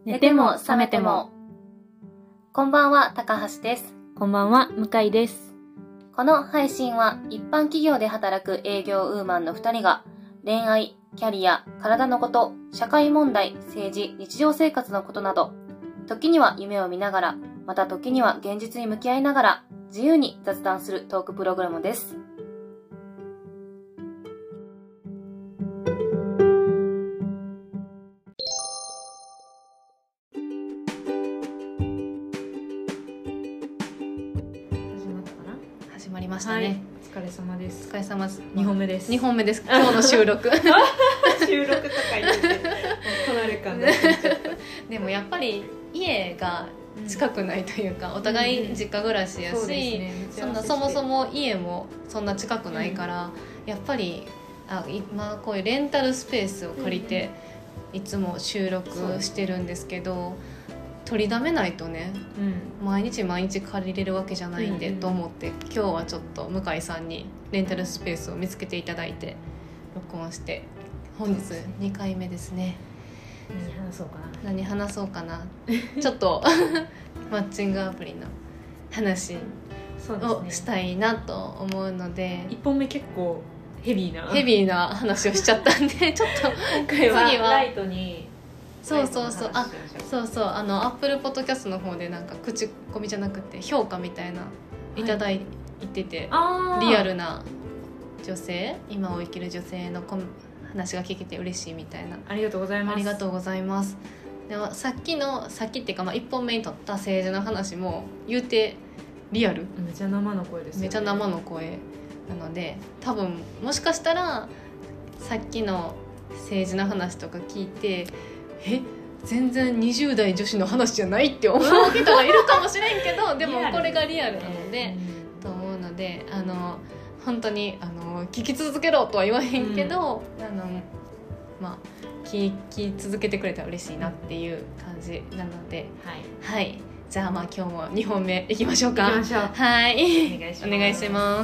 寝ても覚めても。こんばんは、高橋です。 こんばんは、向井です。 この配信は一般企業で働く営業ウーマンの2人が恋愛、キャリア、体のこと、社会問題、政治、日常生活のことなど、時には夢を見ながら、また時には現実に向き合いながら自由に雑談するトークプログラムです。始まりましたね、 はい、お疲れ様です。 お疲れ様です。 2本目です。 2本目です。今日の収録収録とか言ってて離れ感が出ちゃった。 でもやっぱり家が近くないというか、お互い実家暮らしやし、そもそも家もそんな近くないから、やっぱり今こういうレンタルスペースを借りて、いつも収録してるんですけど、取りだめないとね、毎日借りれるわけじゃないんで、と思って今日はちょっと向井さんにレンタルスペースを見つけていただいて録音して、本日2回目ですね。何話そうかなちょっとマッチングアプリの話をしたいなと思うので、 1本目結構ヘビーな話をしちゃったんでちょっと今回はライトにそうアップルポッドキャストの方でなんか口コミじゃなくて評価みたいないただいてて、リアルな女性、今を生きる女性の話が聞けて嬉しいみたいな。 ありがとうございます。 ありがとうございます。でもさっきっていうか、1本目に撮った政治の話も言うてリアル、 めちゃ生の声ですよね。 めちゃ生の声なので、多分もしかしたらさっきの政治の話とか聞いて全然20代女子の話じゃないって思う人がいるかもしれんけどでもこれがリアルなので、と思うので、本当に聞き続けろとは言わへんけど、聞き続けてくれたら嬉しいなっていう感じなので、はい、じゃあ今日も2本目いきましょうか。 行きましょう。 はい、 お願いします。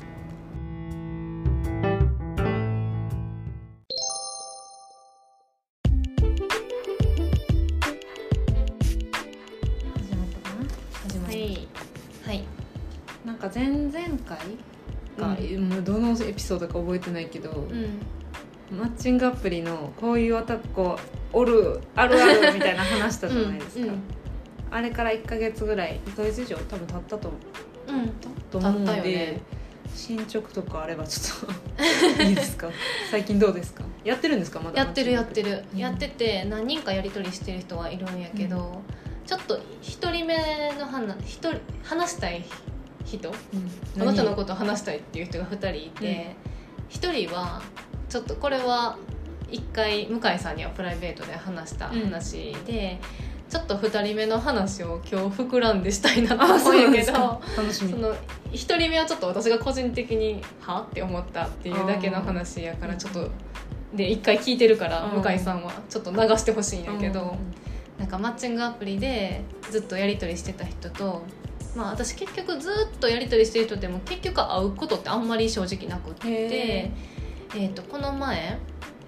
なんか前々回か、もうどのエピソードか覚えてないけど、マッチングアプリのこういう男おるあるあるみたいな話したじゃないですか。あれから1ヶ月ぐらい、1ヶ月以上多分経ったと思うので、進捗とかあればちょっといいですか？最近どうですか？やってるんですか？まだやってて何人かやり取りしてる人はいるんやけど、ちょっと1人目の話したい人、あなたのことを話したいっていう人が2人いて、1人はちょっとこれは1回向井さんにはプライベートで話した話で、ちょっと2人目の話を今日膨らんでしたいなと思うんやけど、 楽しみ。 その1人目はちょっと私が個人的にはって思ったっていうだけの話やから、ちょっとで1回聞いてるから向井さんはちょっと流してほしいんやけど、なんかマッチングアプリでずっとやり取りしてた人と、私結局ずっとやり取りしてる人でも結局会うことってあんまり正直なくって、この前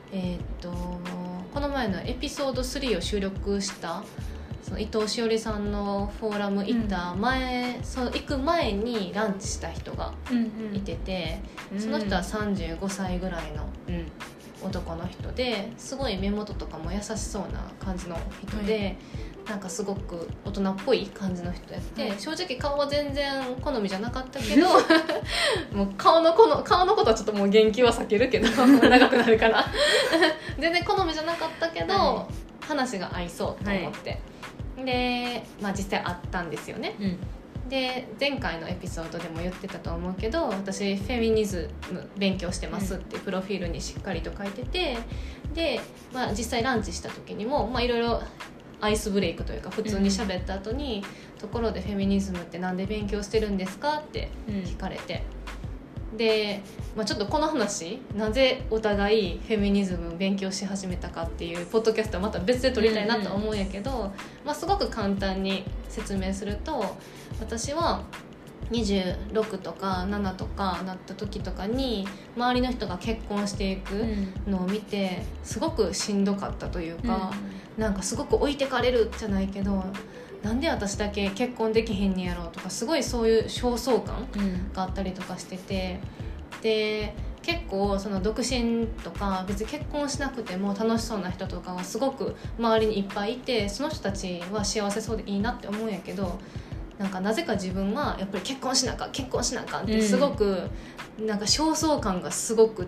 のエピソード3を収録したその伊藤詩織さんのフォーラム行った行く前にランチした人がいてて、その人は35歳ぐらいの男の人で、すごい目元とかも優しそうな感じの人で、なんかすごく大人っぽい感じの人やって、正直顔は全然好みじゃなかったけどもう顔のことはちょっともう言及は避けるけど長くなるから全然好みじゃなかったけど、話が合いそうと思って、で、実際会ったんですよね。で前回のエピソードでも言ってたと思うけど、私フェミニズム勉強してますってプロフィールにしっかりと書いてて、で、実際ランチした時にもいろいろアイスブレイクというか普通に喋った後に、ところでフェミニズムってなんで勉強してるんですかって聞かれて、で、ちょっとこの話、なぜお互いフェミニズムを勉強し始めたかっていうポッドキャストはまた別で撮りたいなと思うんやけど、すごく簡単に説明すると、私は 26とか7とかなった時とかに周りの人が結婚していくのを見てすごくしんどかったというか、なんかすごく置いてかれるじゃないけど、なんで私だけ結婚できへんねやろうとか、すごいそういう焦燥感があったりとかしてて、で結構その独身とか別に結婚しなくても楽しそうな人とかはすごく周りにいっぱいいて、その人たちは幸せそうでいいなって思うんやけど、なぜか自分はやっぱり結婚しなあかんってすごくなんか焦燥感がすごくって、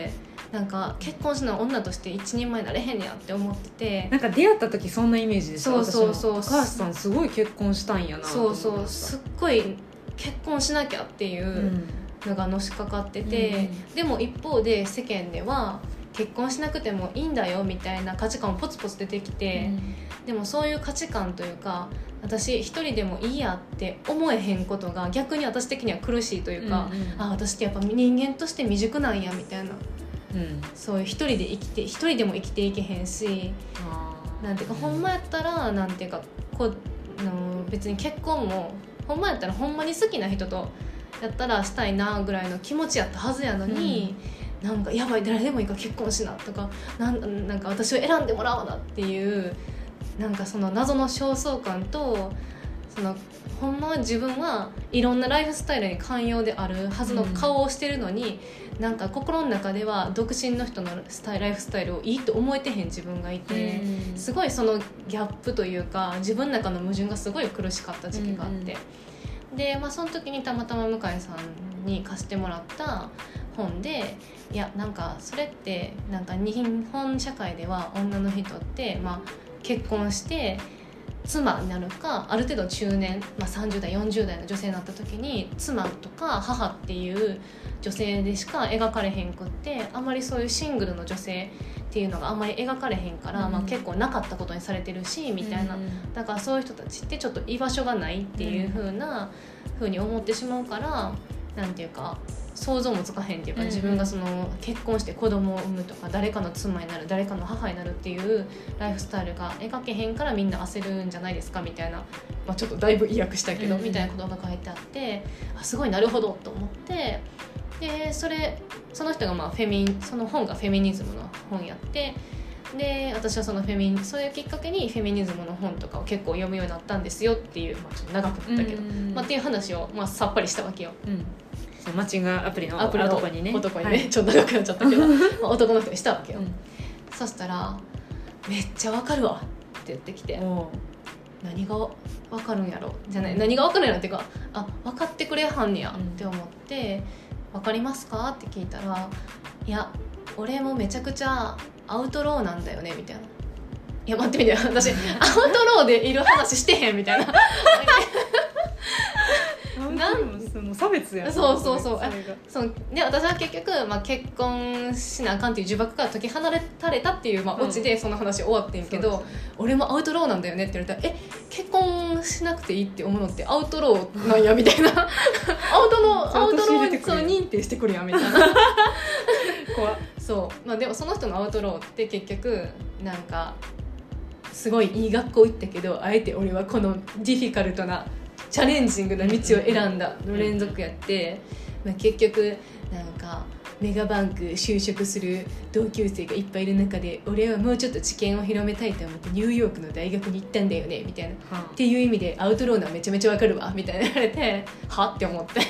なんか結婚しない女として一人前になれへんねやって思ってて、 なんか出会った時そんなイメージでした。 そう高橋さんすごい結婚したんやなと思ってました。 すっごい結婚しなきゃっていうのがのしかかってて、でも一方で世間では結婚しなくてもいいんだよみたいな価値観もポツポツ出てきて、でもそういう価値観というか、私一人でもいいやって思えへんことが逆に私的には苦しいというか、私ってやっぱ人間として未熟なんやみたいな、そういう一人でも生きていけへんし、なんていうかほんまやったらなんていうか別に結婚もほんまやったらほんまに好きな人とやったらしたいなぐらいの気持ちやったはずやのに、なんかやばい誰でもいいから結婚しなとか、なんか私を選んでもらおうなっていうなんかその謎の焦燥感と、そのほんまは自分はいろんなライフスタイルに寛容であるはずの顔をしてるのに、なんか心の中では独身の人のライフスタイルをいいと思えてへん自分がいて、すごいそのギャップというか自分の中の矛盾がすごい苦しかった時期があって、で、その時にたまたま向井さんに貸してもらった本で、いやなんかそれってなんか日本社会では女の人って、結婚して妻になるか、ある程度中年、30代40代の女性になった時に妻とか母っていう女性でしか描かれへんくって、あまりそういうシングルの女性っていうのがあんまり描かれへんから、結構なかったことにされてるしみたいな、だからそういう人たちってちょっと居場所がないっていう風に思ってしまうから、なんていうか想像もつかへんっていうか、自分がその結婚して子供を産むとか誰かの妻になる誰かの母になるっていうライフスタイルが描けへんからみんな焦るんじゃないですかみたいな、ちょっとだいぶ意訳したけど、みたいなことが書いてあって、すごいなるほどと思って、でその人がその本がフェミニズムの本やって、で私はそういうきっかけにフェミニズムの本とかを結構読むようになったんですよっていう、ちょっと長くなったけど、っていう話をさっぱりしたわけよ。 マッチングアプリの男にね、 ちょっと長くなっちゃったけど男の人にしたわけよ、そしたらめっちゃわかるわって言ってきて、何がわかるんやろじゃない、何がわかるんやろっていうか、分かってくれはんねやって思って、分かりますかって聞いたら、いや俺もめちゃくちゃアウトローなんだよねみたいな、いや待ってみて私アウトローでいる話してへんみたいなもう差別やん。 そうで私は結局、結婚しなあかんっていう呪縛から解き放たれたっていう、オチでその話終わってんけど、俺もアウトローなんだよねって言われたら、結婚しなくていいって思うのってアウトローなんやみたいなアウトロー認定してくるやんみたいな怖っ。 そう、でもその人のアウトローって結局なんかすごいいい学校行ったけど、あえて俺はこのディフィカルトなチャレンジングな道を選んだの連続やって、結局なんかメガバンク就職する同級生がいっぱいいる中で、俺はもうちょっと知見を広めたいと思ってニューヨークの大学に行ったんだよねみたいな、っていう意味でアウトローなめちゃめちゃわかるわみたいな言われて、はって思って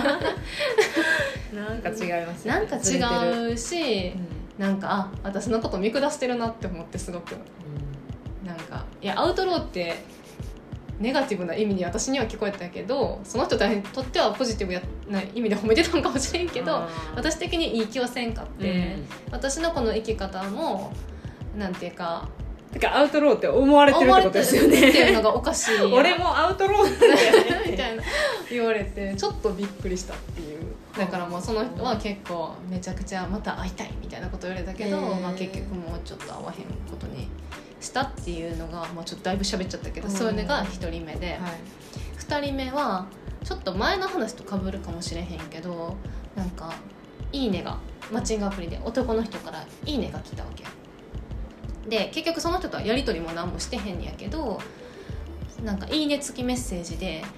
なんか違いますね、なんか違うし、なんか私のこと見下してるなって思って、すごく、なんかいやアウトローってネガティブな意味に私には聞こえたけど、その人にとってはポジティブな意味で褒めてたのかもしれんけど、私的にいい気はせんかって、私のこの生き方もなんていうか、 アウトローって思われてるってことですよねっていうのがおかしい俺もアウトローなんだよねみたいな言われて、ちょっとびっくりしたっていう。だからもうその人は結構めちゃくちゃまた会いたいみたいなこと言われたけど、結局もうちょっと会わへんことにしたっていうのが、ちょっとだいぶ喋っちゃったけど、そういうのが1人目で、2人目はちょっと前の話と被るかもしれへんけど、なんかいいねがマッチングアプリで男の人からいいねが来たわけで、結局その人とはやり取りも何もしてへんやけど、なんかいいね付きメッセージで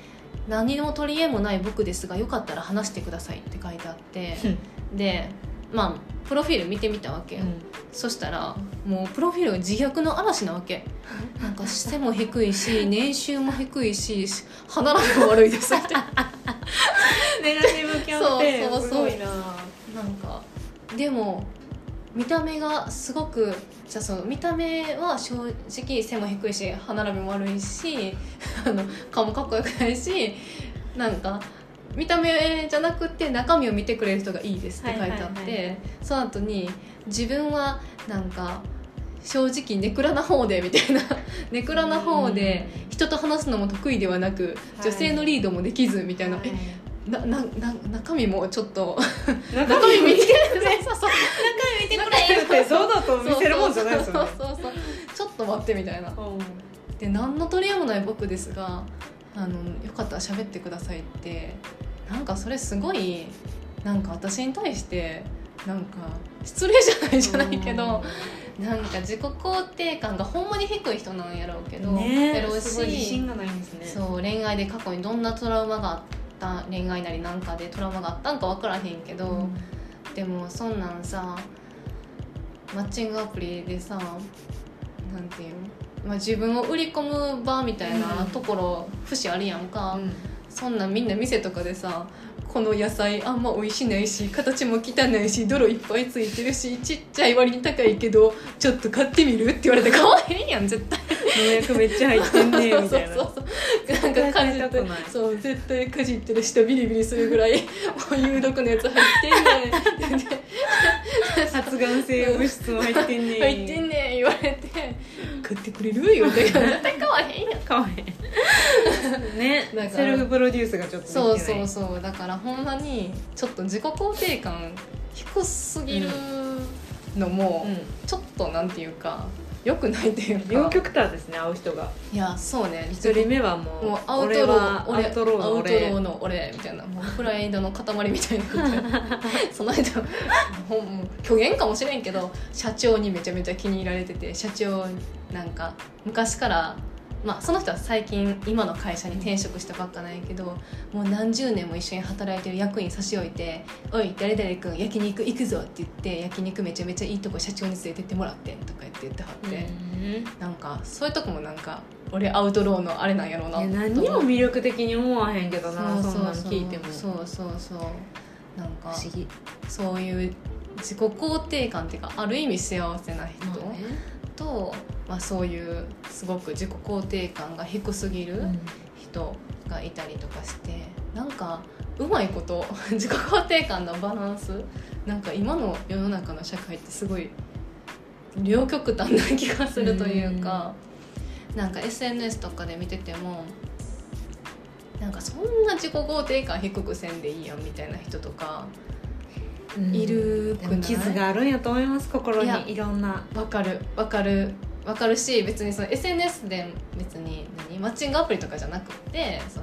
何にも取り柄もない僕ですがよかったら話してくださいって書いてあってでまあプロフィール見てみたわけよ、そしたらもうプロフィールが自虐の嵐なわけ。なんか背も低いし年収も低いし歯並びも悪いですってネガティブキャンペーンすごいな。 なんかでも見た目がすごくじゃあその見た目は正直背も低いし歯並びも悪いし顔もかっこよくないしなんか見た目じゃなくて中身を見てくれる人がいいですって書いてあって、その後に自分はなんか正直ネクラな方でみたいなネクラな方で人と話すのも得意ではなく女性のリードもできずみたいな、中身もちょっと中身見てくれそうそう中身見てくれって堂々と見せるもんじゃないですよね。 そうちょっと待ってみたいな、で何の取り柄もない僕ですがよかったら喋ってくださいってなんかそれすごいなんか私に対してなんか失礼じゃないけどなんか自己肯定感がほんまに低い人なんやろうけど、 やろうしすごい自信がないんですね。 そう恋愛で過去にどんなトラウマがあった恋愛なりなんかでトラウマがあったんか分からへんけど、でもそんなんさマッチングアプリでさなんていうの、まあ、自分を売り込む場みたいなところ節あるやんか、そんなんみんな店とかでさこの野菜あんま美味しないし形も汚いし泥いっぱいついてるしちっちゃい割に高いけどちょっと買ってみるって言われて買わへんやん絶対農薬めっちゃ入ってんねみたいなそうなんかかじってそう絶対かじってる舌ビリビリするぐらいもう有毒なやつ入ってんねん発がん性物質も入ってんねん入ってんねん言われて買ってくれる言われて絶対買わへんやん買わへんねセルフプロデュースがちょっとできてないそうだからほんまにちょっと自己肯定感低すぎるのも、ちょっとなんていうか良くないっていうか両極端ですね会う人が。 いやそうね一人目はもうアウトローの俺みたいなもうプライドの塊みたいなその人虚言かもしれんけど社長にめちゃめちゃ気に入られてて社長なんか昔からまあ、その人は最近今の会社に転職したばっかなんやけどもう何十年も一緒に働いてる役員差し置いて「おい誰々君焼肉行くぞ」って言って焼肉めちゃめちゃいいとこ社長に連れてってもらってとか言ってはって、なんかそういうとこもなんか俺アウトローのあれなんやろうな。 何にも魅力的に思わへんけどな、そんなの聞いても。 そうなんか不思議。 そういう自己肯定感っていうかある意味幸せな人、と、まあ、そういうすごく自己肯定感が低すぎる人がいたりとかして、なんかうまいこと自己肯定感のバランスなんか今の世の中の社会ってすごい両極端な気がするというか、なんか SNS とかで見ててもなんかそんな自己肯定感低くせんでいいやんみたいな人とかいるくない？ 傷があるんやと思います、心に。いろんなわかるし、別にその SNS で別にマッチングアプリとかじゃなくてその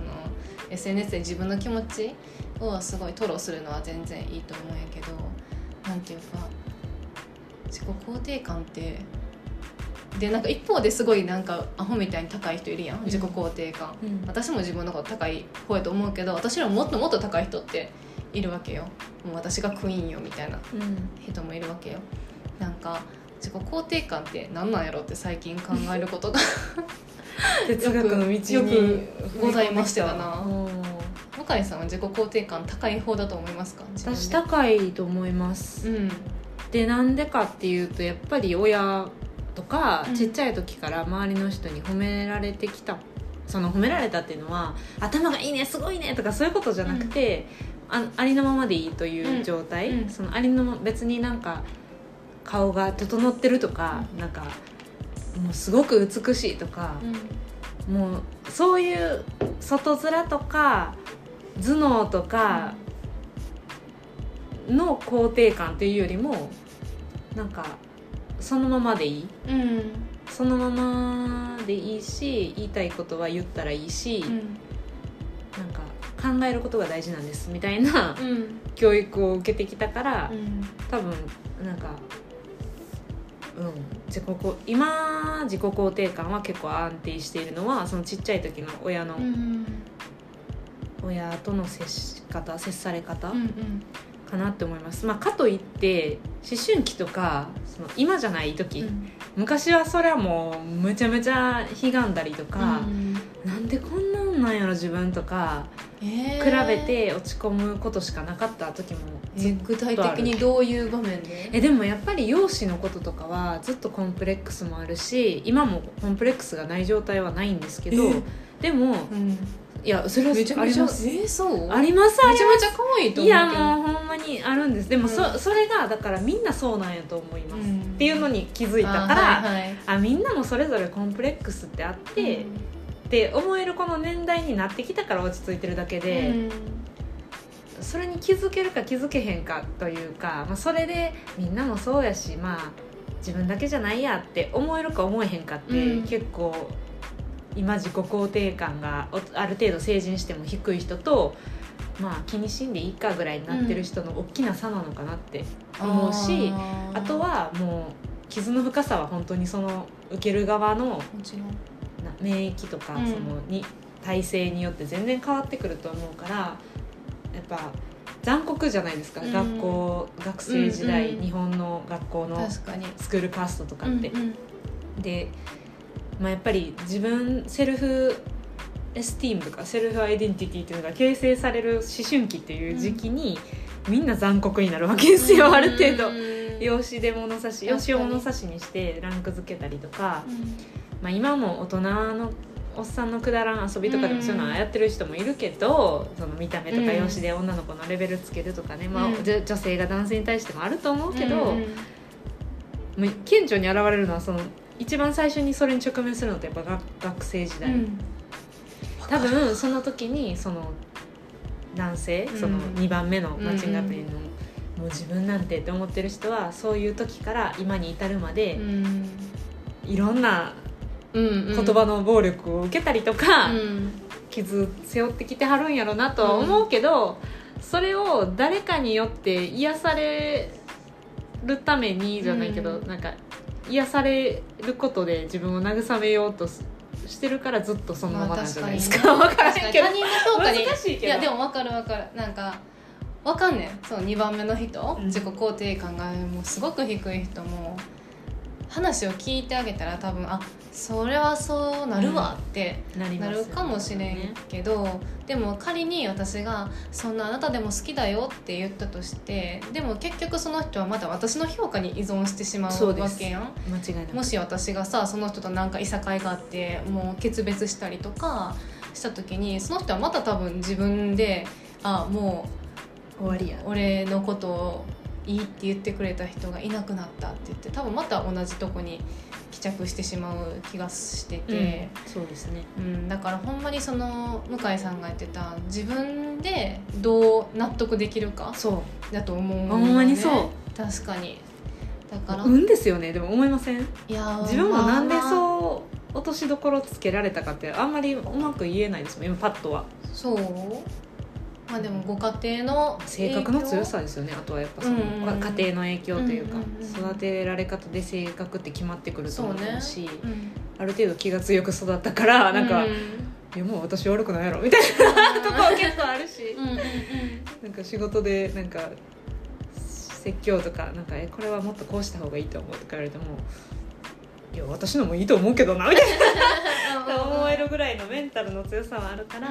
SNS で自分の気持ちをすごい吐露するのは全然いいと思うんやけど、なんていうか自己肯定感ってでなんか一方ですごいなんかアホみたいに高い人いるやん、自己肯定感、私も自分のこと高い方やと思うけど、私らももっともっと高い人っているわけよ。もう私がクイーンよみたいな人もいるわけよ。なんか自己肯定感って何なんやろって最近考えることが哲学の道によくございましてだな。向井さんは自己肯定感高い方だと思いますか？ 私高いと思います、でなんでかっていうとやっぱり親とかちっちゃい時から周りの人に褒められてきた、その褒められたっていうのは頭がいいねすごいねとかそういうことじゃなくて、ありのままでいいという状態、そのありのま別になんか顔が整ってるとか、なんかもうすごく美しいとか、もうそういう外面とか頭脳とかの肯定感っていうよりもなんかそのままでいい、そのままでいいし言いたいことは言ったらいいし、なんか考えることが大事なんですみたいな、教育を受けてきたから、多分なんか今自己肯定感は結構安定しているのはそのちっちゃい時の親の親との接され方、 うんうんかなって思います。かといって思春期とかその今じゃない時、昔はそれはもうむちゃむちゃひがんだりとか、なんでこんなんなんやろ自分とか、比べて落ち込むことしかなかった時も具体的にどういう場面で？ でもやっぱり容姿のこととかはずっとコンプレックスもあるし、今もコンプレックスがない状態はないんですけど、でも、いやそれはめちゃめちゃそうありますめちゃめちゃ可愛いと思うけど、 いやもうほんまにあるんです。でもそれがだからみんなそうなんやと思います、っていうのに気づいたから、みんなもそれぞれコンプレックスってあって、って思えるこの年代になってきたから落ち着いてるだけで、それに気づけるか気づけへんかというか、それでみんなもそうやし、自分だけじゃないやって思えるか思えへんかって、結構今自己肯定感がある程度成人しても低い人と、気にしんでいいかぐらいになってる人の大きな差なのかなって思うし、あとはもう傷の深さは本当にその受ける側の免疫とか、その体制によって全然変わってくると思うから、やっぱ残酷じゃないですか、学生時代、日本の学校のスクールカーストとかって、でやっぱり自分セルフエスティームとかセルフアイデンティティっていうのが形成される思春期っていう時期に、みんな残酷になるわけですよ、ある程度養子で物差し、養子を物差しにしてランク付けたりとか、今も大人のおっさんのくだらん遊びとかでもそういうのはやってる人もいるけど、その見た目とか養子で女の子のレベルつけるとかね、女性が男性に対してもあると思うけど、顕著に現れるのはその一番最初にそれに直面するのってやっぱ学生時代、多分その時にその男性、その2番目のマッチングアプリの、もう自分なんてって思ってる人はそういう時から今に至るまで、いろんな言葉の暴力を受けたりとか、傷背負ってきてはるんやろなとは思うけど、それを誰かによって癒されるためにじゃないけど、なんか癒されることで自分を慰めようとしてるからずっとそのままなんじゃないですか。分からへんけど、 他人の評価に難しいけど、 いやでも分かるなんか分かんねん。その2番目の人、自己肯定感がもうすごく低い人も話を聞いてあげたら多分それはそうなるわってなるかもしれんけど、でも仮に私がそんなあなたでも好きだよって言ったとして、でも結局その人はまた私の評価に依存してしまうわけやん。 間違いない。 もし私がさその人となんかいさかいがあってもう決別したりとかした時に、その人はまた多分自分でもう終わりや、 俺のことをいいって言ってくれた人がいなくなったって言って、多分また同じとこに帰着してしまう気がしてて、 そうですね、 だからほんまにその向井さんが言ってた自分でどう納得できるかだと思う、ね、 ほんまにそう、 確かに。だからですよね。でも思いません？ いや自分もなんでそう落としどころつけられたかってあんまりうまく言えないですもん今パッとは。 そう、でもご家庭の性格の強さですよね。あとはやっぱその、家庭の影響というか、育てられ方で性格って決まってくると思うし、ある程度気が強く育ったからなんか、いやもう私悪くないやろみたいなとこ結構あるし、なんか仕事でなんか説教とかなんかこれはもっとこうした方がいいと思うとか言われても、いや私のもいいと思うけどなみたいな思えるぐらいのメンタルの強さはあるから、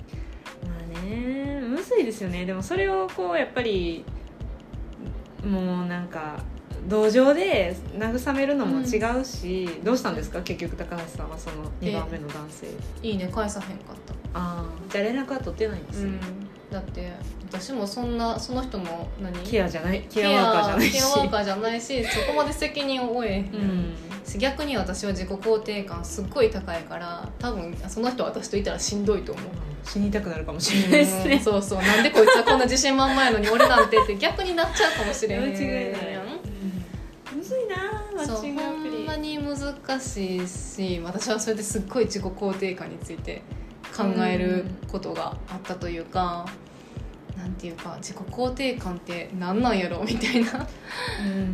むずいですよね。でもそれをこうやっぱりもうなんか同情で慰めるのも違うし、どうしたんですか結局高橋さんはその2番目の男性。 いいね返さへんかった。 じゃあ連絡は取ってないんですよ、 だって私もその人のケアワーカーじゃないしそこまで責任を負えへん、逆に私は自己肯定感すっごい高いから多分その人は私といたらしんどいと思う、 死にたくなるかもしれないですね、 そうそう、なんでこいつはこんな自信満々やのに俺なんてって逆になっちゃうかもしれへん。 間違いない、むずいなマッチングアプリ。 ほんまに難しいし、私はそれですっごい自己肯定感について考えることがあったというか、なんていうか自己肯定感って何なんやろみたいな、 で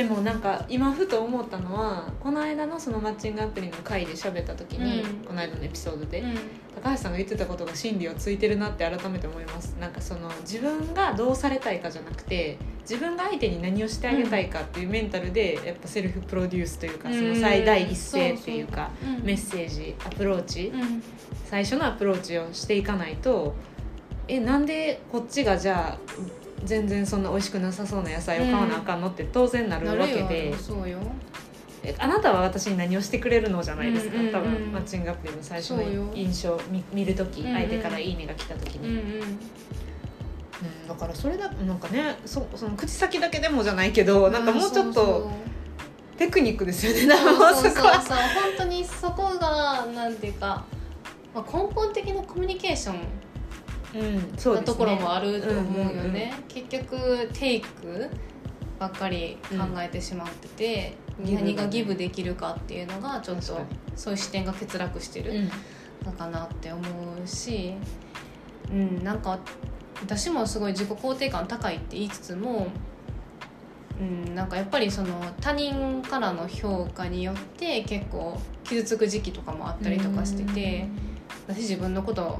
でもなんか今ふと思ったのは、この間のそのマッチングアプリの回で喋った時に、この間のエピソードで、高橋さんが言ってたことが真理をついてるなって改めて思います。なんかその自分がどうされたいかじゃなくて、自分が相手に何をしてあげたいかっていうメンタルでやっぱセルフプロデュースというか、その最大一声っていうか、メッセージアプローチ、最初のアプローチをしていかないと、なんでこっちがじゃあ全然そんな美味しくなさそうな野菜を買わなあかんのって当然なるわけで、 そうよ、 あなたは私に何をしてくれるのじゃないですか、多分マッチングアプリの最初の印象見るとき、相手からいいねが来たときに、だからそれだなんかね、その口先だけでもじゃないけど、なんかもうちょっとテクニックですよね。 そう本当にそこがなんていうか、根本的なコミュニケーションなところもあると思うよね。結局テイクばっかり考えてしまってて、何がギブできるかっていうのがちょっとそういう視点が欠落してるのかなって思うし、なんか私もすごい自己肯定感高いって言いつつも、なんかやっぱりその他人からの評価によって結構傷つく時期とかもあったりとかしてて、私自分のこと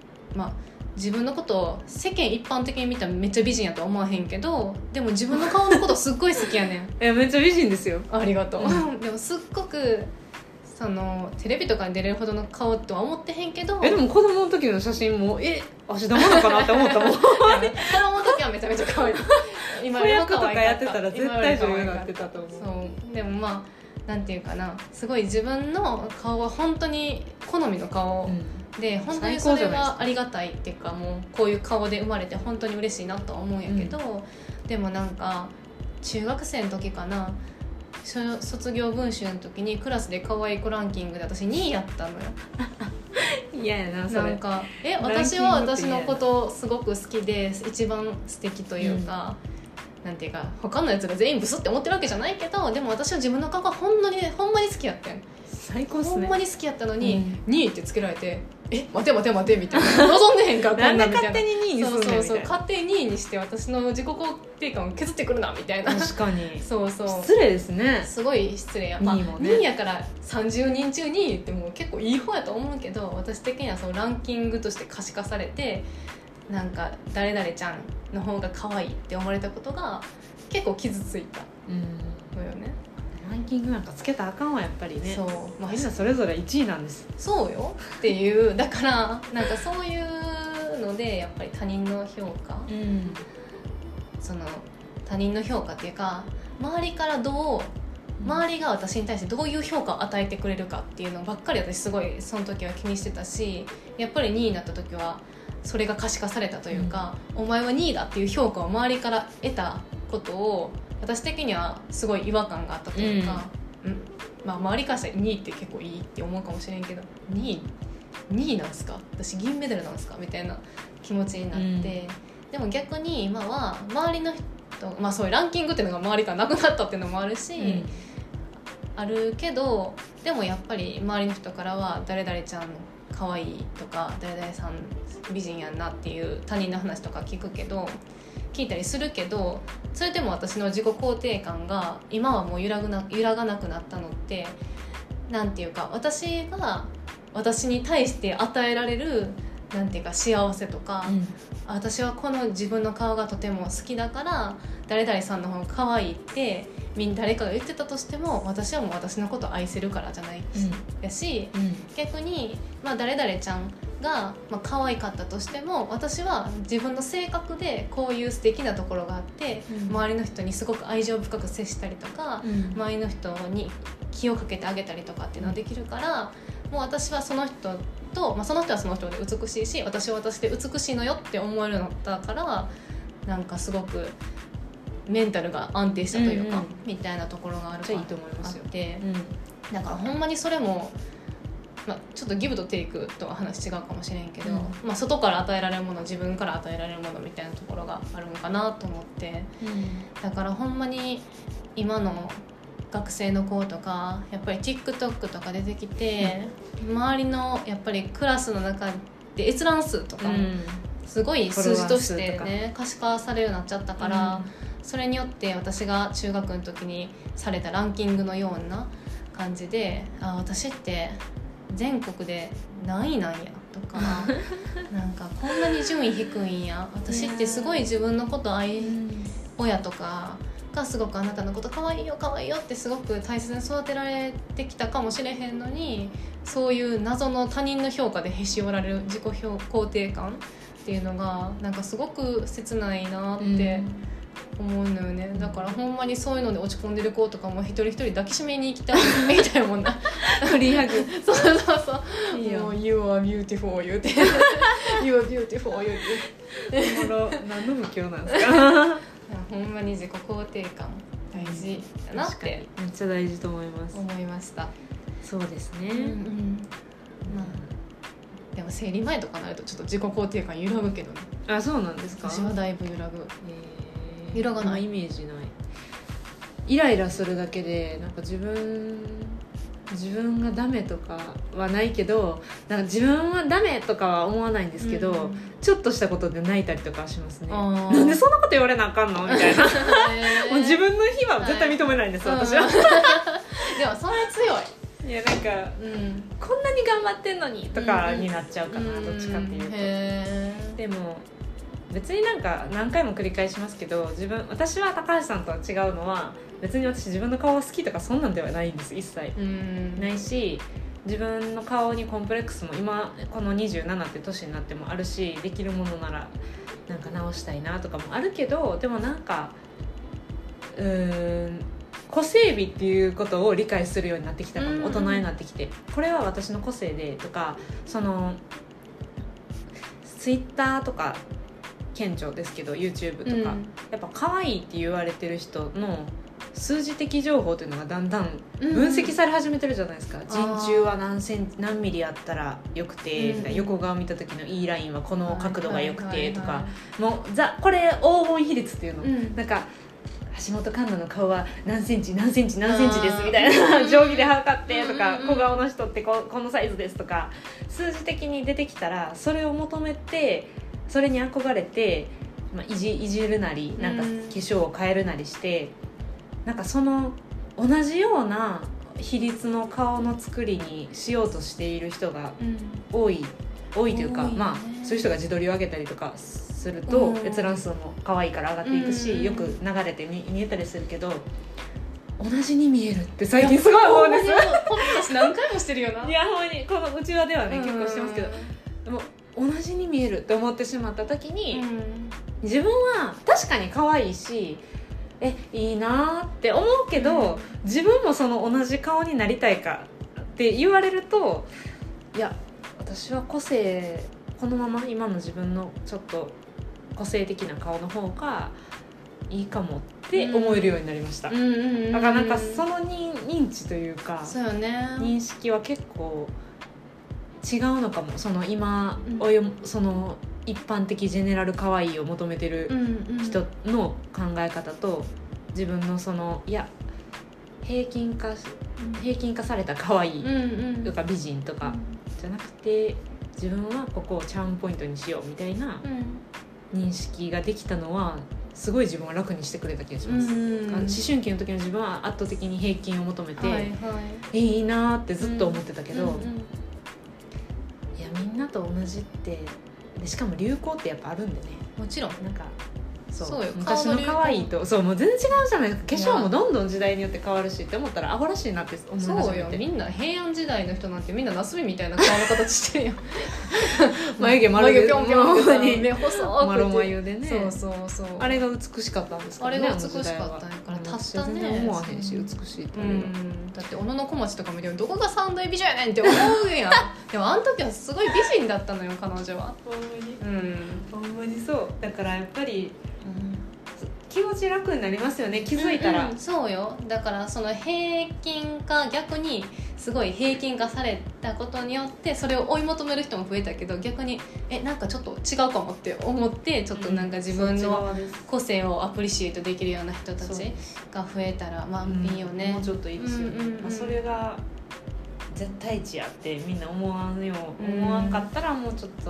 を世間一般的に見たらめっちゃ美人やとは思わへんけど、でも自分の顔のことすっごい好きやねん。 めっちゃ美人ですよ。 ありがとう。でもすっごくそのテレビとかに出れるほどの顔とは思ってへんけど、 でも子供の時の写真も足玉なのかなって思ったもん。子供の時はめちゃめちゃ可愛い。 今子役とかやってたら絶対女優になってたと思う。 そうでもなんていうかな、すごい自分の顔は本当に好みの顔、で本当にそれはありがたいっていうか、もうこういう顔で生まれて本当に嬉しいなとは思うんやけど、でもなんか中学生の時かな、卒業文集の時にクラスで可愛い子ランキングで私2位やったのよ。 嫌やなそれ。 なんか私は私のことすごく好きで一番素敵というか、なんていうか他のやつが全員ブスって思ってるわけじゃないけど、でも私は自分の顔がほんまに好きやってん。 最高っすね。 ほんまに好きやったのに、2位ってつけられて、待てみたいな、望んでへんかこんなんみたいな。 勝手に2位にすんねんみたいな。 そう勝手に2位にして私の自己肯定感を削ってくるなみたいな。 確かにそう失礼ですね。 すごい失礼や。 2位もね、 2位やから30人中2位ってもう結構いい方やと思うけど、私的にはそのランキングとして可視化されて、なんか誰々ちゃんの方が可愛いって思われたことが結構傷ついたのよね。 ランキングなんかつけたらあかんわ、やっぱりね。 そう、 みんなそれぞれ1位なんです。 そうよっていう、だからなんかそういうのでやっぱり他人の評価、その他人の評価っていうか、周りから周りが私に対してどういう評価を与えてくれるかっていうのばっかり私すごいその時は気にしてたし、やっぱり2位になった時はそれが可視化されたというか、お前は2位だっていう評価を周りから得たことを私的にはすごい違和感があったというか、周りからしたら2位って結構いいって思うかもしれんけど、2位なんすか、私銀メダルなんすかみたいな気持ちになって、でも逆に今は周りの人、そういうランキングっていうのが周りからなくなったっていうのもあるし、あるけど、でもやっぱり周りの人からは誰々ちゃん可愛いとか誰々さん美人やんなっていう他人の話とか聞いたりするけど、それでも私の自己肯定感が今はもう揺らがなくなったのって、なんていうか、私が私に対して与えられるなんていうか幸せとか、私はこの自分の顔がとても好きだから誰々さんの方が可愛いって誰かが言ってたとしても、私はもう私のことを愛せるからじゃないやし、逆に、誰々ちゃんが、可愛かったとしても、私は自分の性格でこういう素敵なところがあって、周りの人にすごく愛情深く接したりとか、周りの人に気をかけてあげたりとかっていうのはできるから、もう私はその人と、その人はその人で美しいし、私は私で美しいのよって思えるのだから、なんかすごくメンタルが安定したというか、みたいなところがあるから、 いいと思いますよ。 だからほんまにそれも、ちょっとギブとテイクとは話違うかもしれんけど、外から与えられるもの、自分から与えられるものみたいなところがあるのかなと思って、だからほんまに今の学生の子とかやっぱり TikTok とか出てきて、周りのやっぱりクラスの中で閲覧数とかもすごい数字としてね、可視化されるようになっちゃったから、 それによって私が中学の時にされたランキングのような感じで、私って全国で何位なんやとかなんかこんなに順位低いんや、私ってすごい自分のこと親とかがすごくあなたのこと可愛いよ可愛いよってすごく大切に育てられてきたかもしれへんのに、そういう謎の他人の評価でへし折られる自己肯定感っていうのがなんかすごく切ないなって思うのよね。だからほんまにそういうので落ち込んでる子とかも一人一人抱きしめに行きたいみたいもんなフリーハグそうそうそういいよ、もう You are beautiful 言うてYou are beautiful 言うておもろ何の不況なんですかほんまに自己肯定感大事だなってめっちゃ大事と思います。 思いました。 そうですね、 まあ、でも生理前とかなるとちょっと自己肯定感揺らぐけどね。 あ、そうなんですか。 私はだいぶ揺らぐ。揺らがない。 イメージない。イライラするだけでなんか自分がダメとかはないけど、なんか自分はダメとかは思わないんですけど、ちょっとしたことで泣いたりとかしますね。なんでそんなこと言われなあかんのみたいなもう自分の日は絶対認めないんです、私はでもそれ強い。 いやなんか、こんなに頑張ってんのにとかになっちゃうかな、どっちかっていうと。でも別になんか何回も繰り返しますけど、私は高橋さんとは違うのは、別に私自分の顔が好きとかそんなんではないんです、一切ないし、自分の顔にコンプレックスも今この27って年になってもあるし、できるものならなんか直したいなとかもあるけど、でもなんか個性美っていうことを理解するようになってきたかも、大人になってきて、これは私の個性でとか、そのツイッターとか顕著ですけど YouTube とか、やっぱ可愛いって言われてる人の数字的情報というのがだんだん分析され始めてるじゃないですか。人中は何ミリあったらよくて、横側見た時の E ラインはこの角度がよくてとか、もうこれ黄金比率っていうの、なんか橋本環奈の顔は何センチ何センチ何センチですみたいな定規で測ってとか、小顔の人ってこのサイズですとか、数字的に出てきたらそれを求めて、それに憧れて、いじるなりなんか化粧を変えるなりして、なんかその同じような比率の顔の作りにしようとしている人が多いというか、そういう人が自撮りを上げたりとかすると閲覧数も可愛いから上がっていくし、よく流れて見えたりするけど、同じに見えるって最近すごい思うんですよ。 私何回もしてるよな。 いやほんまにこのうちわではね、結構してますけど、でも同じに見えるって思ってしまった時に、自分は確かに可愛いしいいなって思うけど、自分もその同じ顔になりたいかって言われると、いや私はこのまま今の自分のちょっと個性的な顔の方がいいかもって思えるようになりました。だからなんかその認知というか、 そうよね、 認識は結構違うのかも。その今、その一般的ジェネラル可愛いを求めてる人の考え方と、自分のその平均化された可愛いとか美人とかじゃなくて、自分はここをチャームポイントにしようみたいな認識ができたのは、すごい自分は楽にしてくれた気がします。思春期の時の自分は圧倒的に平均を求めて、いいなってずっと思ってたけど、いやみんなと同じってで、しかも流行ってやっぱあるんでね、 もちろんなんかそうよ、 昔の可愛いともう全然違うじゃないですか。化粧もどんどん時代によって変わるしって思ったらアホらしいなって思い始めて。 そうよ、みんな平安時代の人なんてみんなナスビみたいな顔の形してるよ眉毛丸でピョンピョンってさ、目細く丸眉でね、 そうあれが美しかったんですけどね。 あれが美しかったんやからたったね、 全然思わへんし、美しいってあれが、 だって小野小町とか見てもどこが三大美女やねんって思うやんでもあの時はすごい美人だったのよ、彼女は。 ほんまにそうだからやっぱり、気持ち楽になりますよね、気づいたら、 そうよ。だからその平均化、逆にすごい平均化されたことによってそれを追い求める人も増えたけど、逆になんかちょっと違うかもって思って、ちょっとなんか自分の個性をアプリシエイトできるような人たちが増えたらいいよね。 もうちょっといいですよね、それが絶対値やってみんな思わんかったら、もうちょっと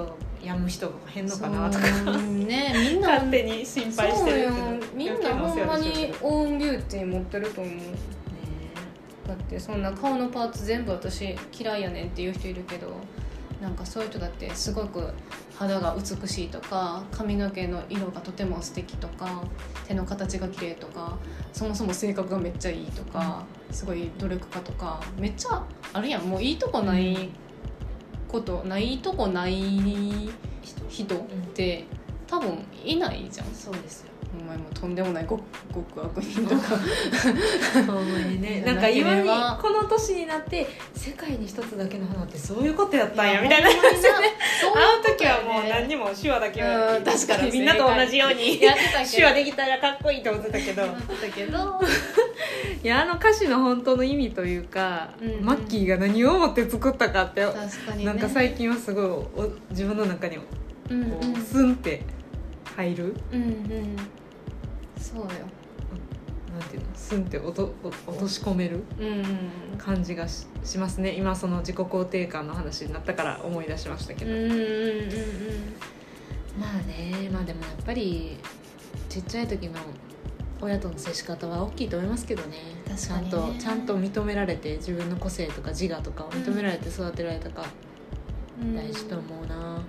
病む人が変のかなとかね、みんな勝手に心配してるけど、 みんなほんまにオウンビューティー持ってると思う、ね、だってそんな顔のパーツ全部私嫌いやねんっていう人いるけど、なんかそういう人だってすごく肌が美しいとか髪の毛の色がとても素敵とか手の形が綺麗とかそもそも性格がめっちゃいいとか、すごい努力家とかめっちゃあるやん。もういいとこないこと、ないとこない人って多分いないじゃん。 そうですよ。 お前もとんでもない極悪人とかほんまにね、なんか今にこの年になって世界に一つだけの花ってそういうことやったんやみたいな話で、ね、会う時はもう何にも手話だけは確かにみんなと同じように手話できたらかっこいいと思ってたけどいや歌詞の本当の意味というか、マッキーが何を思って作ったかって確かに、ね、なんか最近はすごい自分の中にこう、スンって入る、 そうよ、 なんていうの、スンって落とし込める感じが しますね。今その自己肯定感の話になったから思い出しましたけど、まあね、まあでもやっぱりちっちゃい時の親との接し方は大きいと思いますけどね。確かにね、ちゃんと認められて自分の個性とか自我とかを認められて育てられたか、大事と思うな。まあ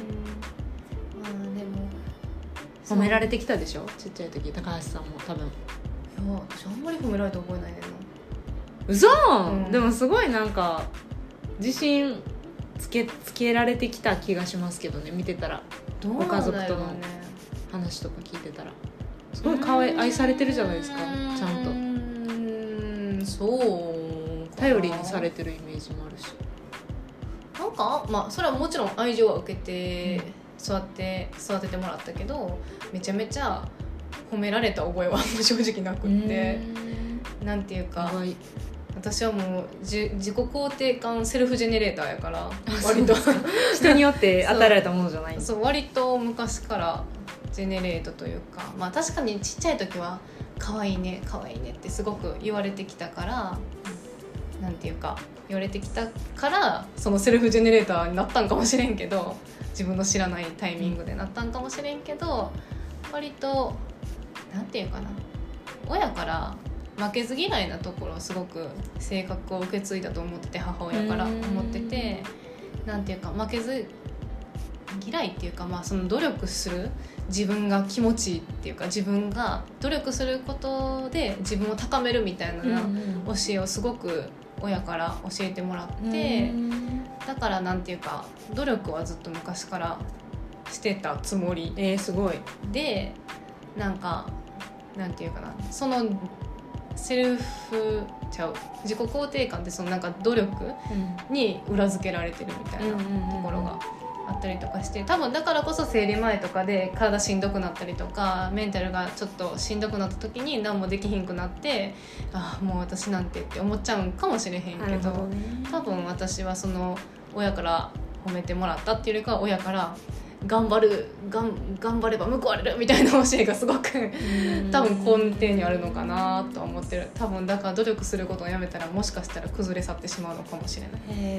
でも褒められてきたでしょ、ちっちゃい時。高橋さんも多分。いや私あんまり褒められた覚えないねんな。 嘘、でもすごいなんか自信つけられてきた気がしますけどね、見てたら。 どうご家族との話とか聞いてたらすごい愛されてるじゃないですか、ちゃんと。 そう頼りにされてるイメージもあるし、 なんかまあそれはもちろん愛情は受けて育ててもらったけど、めちゃめちゃ褒められた覚えは正直なくって、なんていうか私はもう自己肯定感セルフジェネレーターやから割と人によって与えられたものじゃない。 そう割と昔からジェネレートというか、まあ確かにちっちゃい時は可愛いね可愛いねってすごく言われてきたから、なんていうか言われてきたからそのセルフジェネレーターになったんかもしれんけど、自分の知らないタイミングでなったんかもしれんけど、割となんていうかな、親から負けず嫌いなところをすごく性格を受け継いだと思ってて、母親から思ってて、なんていうか負けず嫌いっていうか、まあその努力する自分が気持ちいいっていうか、自分が努力することで自分を高めるみたいな教えをすごく親から教えてもらって、だからなんていうか努力はずっと昔からしてたつもり、 すごいで、なんかなんていうかな、そのセルフ自己肯定感ってそのなんか努力に裏付けられてるみたいなところがあったりとかして、多分だからこそ生理前とかで体しんどくなったりとかメンタルがちょっとしんどくなった時に何もできひんくなって、ああもう私なんてって思っちゃうんかもしれへんけど、多分私はその親から褒めてもらったっていうよりかは親から頑張れば報われるみたいな教えがすごく多分根底にあるのかなと思ってる。多分だから努力することをやめたらもしかしたら崩れ去ってしまうのかもしれない。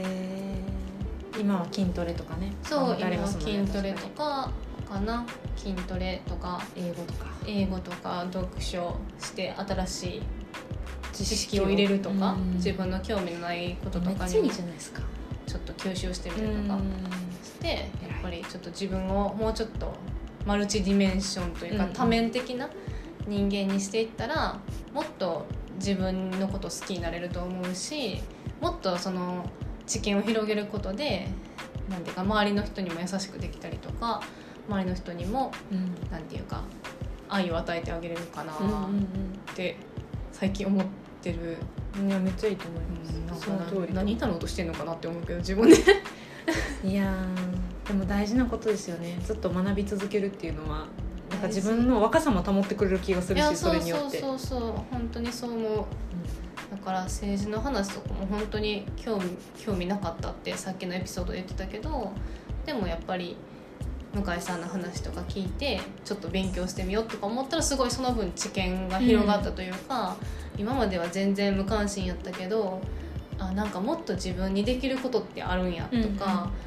今は筋トレとかね。 そう、今は筋トレとかかな、筋トレとか英語とか読書して新しい知識を入れるとか、自分の興味のないこととかにもちょっと吸収してみるとかして、やっぱりちょっと自分をもうちょっとマルチディメンションというか多面的な人間にしていったら、もっと自分のこと好きになれると思うし、もっとその知見を広げることでなんていうか周りの人にも優しくできたりとか、周りの人にもなんていうか愛を与えてあげれるかなって最近思ってる。 いやめっちゃいいと思います。 その通り。何言ろうとしてんのかなって思うけど自分でいやでも大事なことですよね。ずっと学び続けるっていうのはなんか自分の若さも保ってくれる気がするし、それによってそう本当にそう思う。だから政治の話とかも本当に興味なかったってさっきのエピソードで言ってたけど、でもやっぱり向井さんの話とか聞いてちょっと勉強してみようとか思ったらすごいその分知見が広がったというか、今までは全然無関心やったけど、なんかもっと自分にできることってあるんやとか、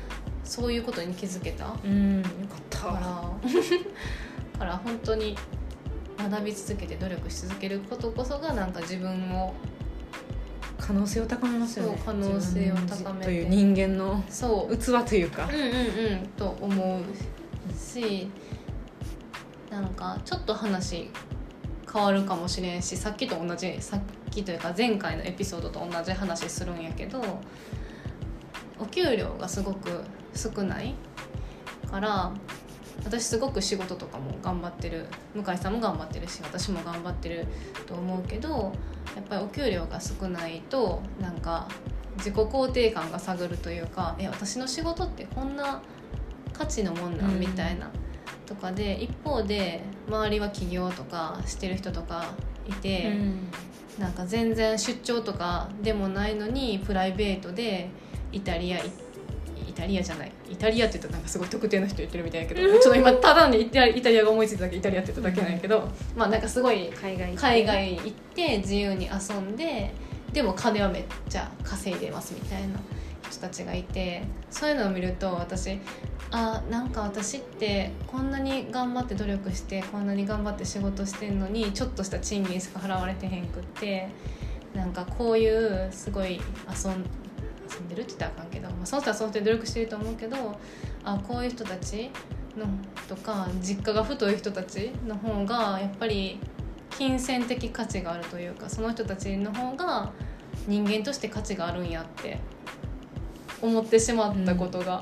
そういうことに気づけた。 よかったから本当に学び続けて努力し続けることこそがなんか自分を可能性を高めますよね。 そう可能性を高めてという人間のそう器というか、 と思うし、なんかちょっと話変わるかもしれんし、さっきというか前回のエピソードと同じ話するんやけど、お給料がすごく少ないから私すごく仕事とかも頑張ってる、向井さんも頑張ってるし私も頑張ってると思うけど、やっぱりお給料が少ないとなんか自己肯定感が下がるというか、私の仕事ってこんな価値のもんなんみたいなとかで、一方で周りは起業とかしてる人とかいて、なんか全然出張とかでもないのにプライベートでイタリアって言ったらなんかすごい特定の人言ってるみたいだけど、ちょっと今ただにイタリアが思いついただけイタリアって言っただけなんやけど、まあなんかすごい海外行って自由に遊んで、でも金はめっちゃ稼いでますみたいな人たちがいて、そういうのを見ると私なんか私ってこんなに頑張って努力してこんなに頑張って仕事してんのにちょっとした賃金しか払われてへんくって、なんかこういうすごい遊んでるって言ったらあかんけど、その人はその人で努力してると思うけど、こういう人たちのとか実家が太い人たちの方がやっぱり金銭的価値があるというか、その人たちの方が人間として価値があるんやって思ってしまったことがあ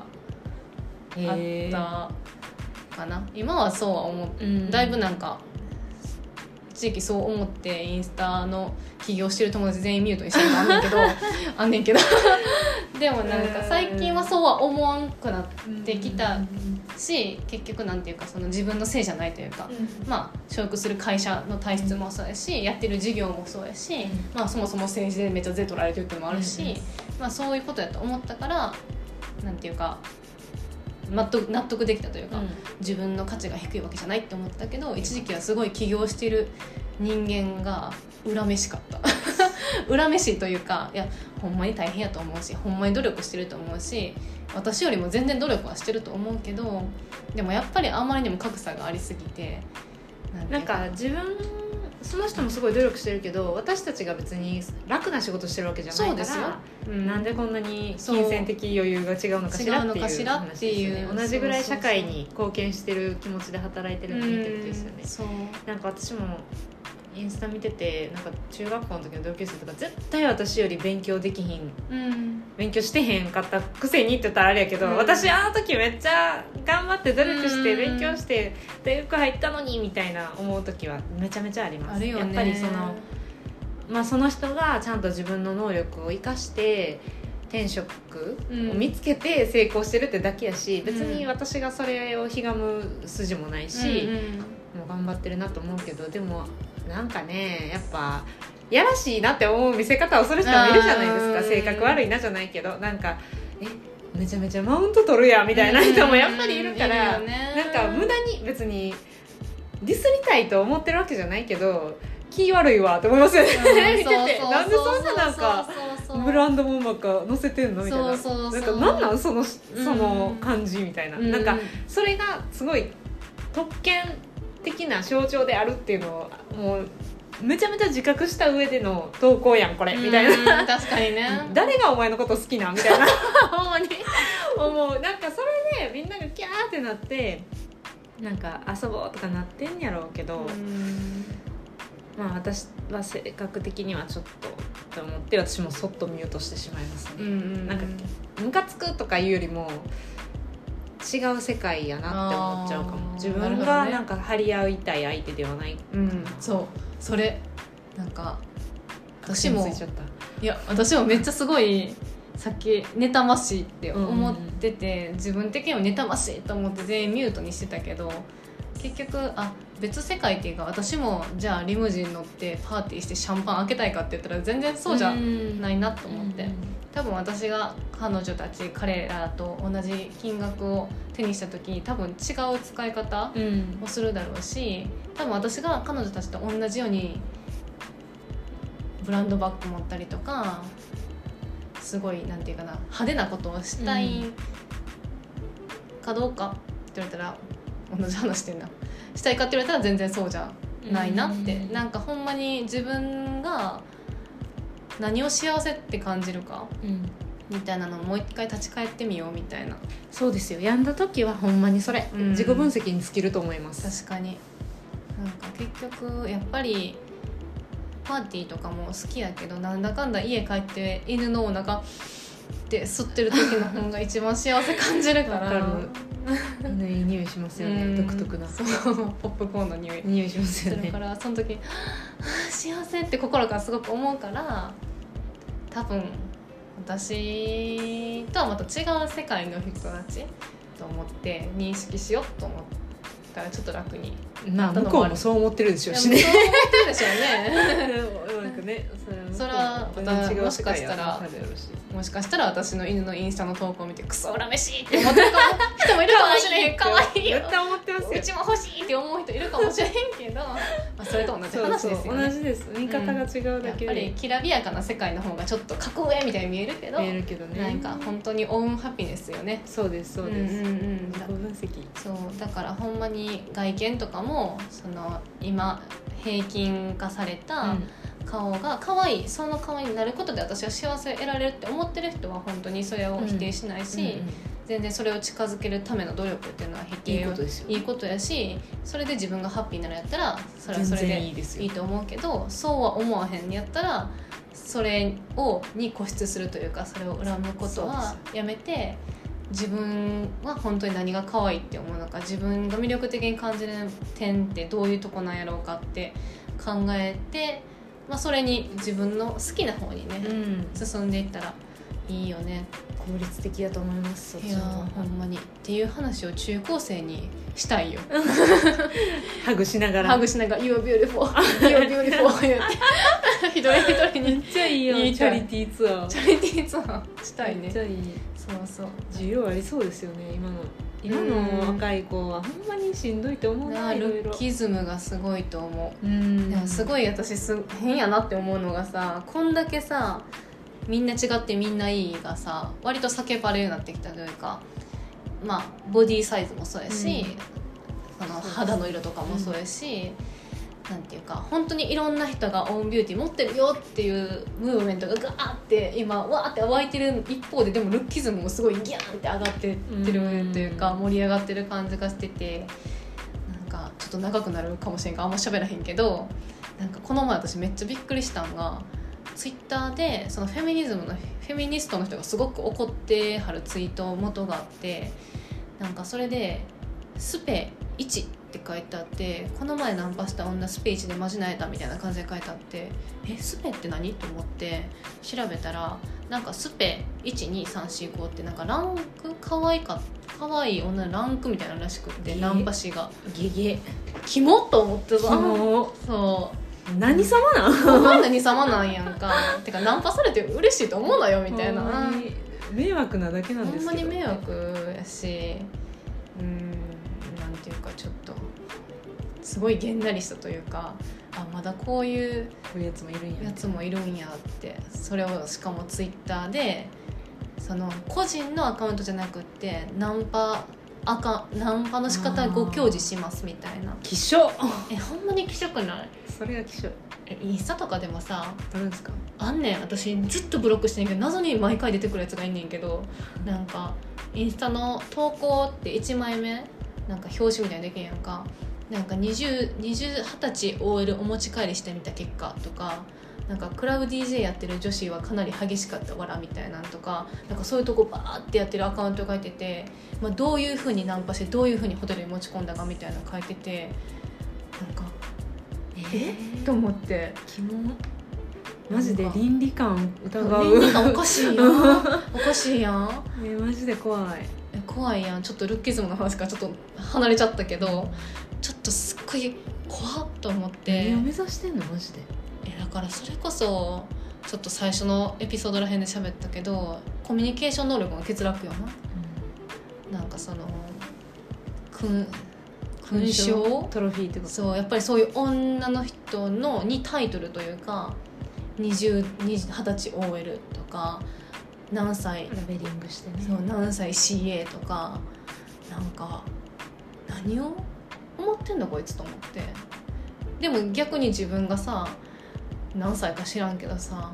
ったかな。今はそうは思う、だいぶなんか一時期そう思ってインスタの起業してる友達全員ミュートにしてるのあんねんけどでもなんか最近はそうは思わんくなってきたし、結局なんていうかその自分のせいじゃないというか、まあ所属する会社の体質もそうやし、やってる事業もそうやし、まあそもそも政治でめっちゃ税取られてるっていうのもあるし、まあそういうことやと思ったから、なんていうか納得できたというか、自分の価値が低いわけじゃないって思ったけど、一時期はすごい起業してる人間が恨めしかった恨めしいというか、いやほんまに大変やと思うし、ほんまに努力してると思うし、私よりも全然努力はしてると思うけど、でもやっぱりあんまりにも格差がありすぎて、 なんかその人もすごい努力してるけど、私たちが別に楽な仕事してるわけじゃないから、そうですよ、なんでこんなに金銭的余裕が違うのかしらっていう話ですよね。同じぐらい社会に貢献してる気持ちで働いてるのにってことですよね。なんか私もインスタ見てて、なんか中学校の時の同級生とか絶対私より勉強できひん、勉強してへんかったくせにって言ったらあれやけど、私あの時めっちゃ頑張って努力して勉強して大学入ったのにみたいな思う時はめちゃめちゃあります。やっぱりその人がちゃんと自分の能力を生かして転職を見つけて成功してるってだけやし、別に私がそれをひがむ筋もないし、もう頑張ってるなと思うけど、でもなんかね、やっぱやらしいなって思う見せ方をする人もいるじゃないですか。性格悪いなじゃないけど、なんかめちゃめちゃマウント取るやみたいな人もやっぱりいるから、なんか無駄に別にディスりたいと思ってるわけじゃないけど、気悪いわって思いますよね見てて、なんでそんななんかブランドもんばっか載せてんのみたいな、なんかなんなんその感じみたいな、なんかそれがすごい特権的な象徴であるっていうのをもうめちゃめちゃ自覚した上での投稿やんこれみたいな、 確かにね誰がお前のこと好きなみたいなほんまに思う。なんかそれでみんながキャーってなってなんか遊ぼうとかなってんやろうけど、まあ私は性格的にはちょっとと思って私もそっとミュートしてしまいますね。なんかムカつくとかいうよりも違う世界やなって思っちゃうかも。自分がなんか張り合いたい相手ではない、 そうそれなんか私もめっちゃすごいさっき妬ましいって思ってて、自分的にも妬ましいと思って全員ミュートにしてたけど、結局別世界っていうか、私もじゃあリムジン乗ってパーティーしてシャンパン開けたいかって言ったら全然そうじゃないなと思って、多分私が彼らと同じ金額を手にした時に多分違う使い方をするだろうし、多分私が彼女たちと同じようにブランドバッグ持ったりとかすごいなんていうかな派手なことをしたいかどうかって言われたら同じ話してんな、したいかって言われたら全然そうじゃないなって、なんかほんまに自分が何を幸せって感じるか、みたいなのをもう一回立ち返ってみようみたいな。 そうですよ、病んだ時はほんまにそれ、自己分析に尽きると思います。 確かになんか結局やっぱりパーティーとかも好きやけど、なんだかんだ家帰って犬のお腹って吸ってる時の方が一番幸せ感じるからかるいい匂いしますよね、独特な。 そうポップコーンの匂いしますよね。 だからその時幸せって心からすごく思うから、多分私とはまた違う世界の人たちと思って認識しようと思ったらちょっと楽に。 まあ向こうもそう思ってるでしょうしね。 そう思ってるでしょうねなんかね、 それはもしかしたら私の犬のインスタの投稿を見てクソ恨めしいって思ってる人もいるかもしれへん。かわいいよ絶対思ってますよ。 うちも欲しいって思う人いるかもしれへんけど、まあそれと同じ話ですよね。 同じです、見方が違うだけで、 やっぱりきらびやかな世界の方がちょっと格上みたいに見えるけど、 ね、 なんか本当にオウンハピネスよね。 そうですそうです、自己分析。 そうだからほんまに外見とかもその今平均化された顔が可愛い、その顔になることで私は幸せを得られるって思ってる人は本当にそれを否定しないし、全然それを近づけるための努力っていうのは否定をいいことやし、それで自分がハッピーになるやったらそれはそれでいいと思うけど、そうは思わへんにやったらそれに固執するというか、それを恨むことはやめて、自分は本当に何が可愛いって思うのか、自分が魅力的に感じる点ってどういうとこなんやろうかって考えて、まあ、それに自分の好きな方にね、進んでいったらいいよね。 効率的だと思います。 いやほんまにっていう話を中高生にしたいよハグしながら You're beautiful You're beautiful 言って一人一人にめっちゃいいよ。チャリティーツアーしたいね。 めっちゃいい。 そう需要ありそうですよね。今の若い子はほんまにしんどいと思うな。 ルッキズムがすごいと思う。でもすごい私変やなって思うのがさ、こんだけさみんな違ってみんないいがさ割と叫ばれるようになってきたというか、まあボディサイズもそうやし、その肌の色とかもそうやし、なんていうか本当にいろんな人がオンビューティー持ってるよっていうムーブメントがガーって今わーって湧いてる一方で、でもルッキズムもすごいギャーンって上がってってるというか、盛り上がってる感じがしてて、なんかちょっと長くなるかもしれんからあんま喋らへんけど、なんかこの前私めっちゃびっくりしたのが、ツイッターでそのフェミニストの人がすごく怒ってはるツイート元があって、なんかそれでスペ1って書いてあって、この前ナンパした女スペ1でまじないたみたいな感じで書いてあって、スペって何と思って調べたら、なんかスペ 1,2,3,4,5 ってなんかランクかわいい女のランクみたいなのらしくって、ナンパ師がキモっと思ってさ、そう何様なんお前何様なんやんかてかナンパされて嬉しいと思うなよみたいな、 迷惑なだけなんですけど、 ほんまに迷惑やし、なんていうかちょっとすごいげんなりしたというか、まだこういうやつもいるんやって、それをしかもツイッターでその個人のアカウントじゃなくってナンパの仕方ご教示しますみたいな。 希少ほんまに希少くない？ それが希少。 インスタとかでもさあるんですか？ あんねん。私ずっとブロックしてんけど謎に毎回出てくるやつがいんねんけど、なんかインスタの投稿って1枚目なんか表紙みたいにできんやんか。なんか20歳 OL お持ち帰りしてみた結果とか、なんかクラブ DJ やってる女子はかなり激しかったわらみたいなんとか、なんかそういうとこバーってやってるアカウントが書いてて、どういう風にナンパしてどういう風にホテルに持ち込んだかみたいなの書いてて、なんかと思って、 キモマジで倫理観疑う。 倫理観おかしいやんおかしいやん。 マジで怖いやん。ちょっとルッキズムの話からちょっと離れちゃったけど、ちょっとすっごい怖っと思って。 何を目指してんのマジで。 だからそれこそちょっと最初のエピソードらへんで喋ったけど、コミュニケーション能力が欠落よな、なんかその勲章トロフィーってこと。 そうやっぱりそういう女の人にタイトルというか、20歳 OL とか何歳ラベリングしてね、 そう何歳 CA とか、 なんか何を思ってんのこいつと思って。でも逆に自分がさ何歳か知らんけどさ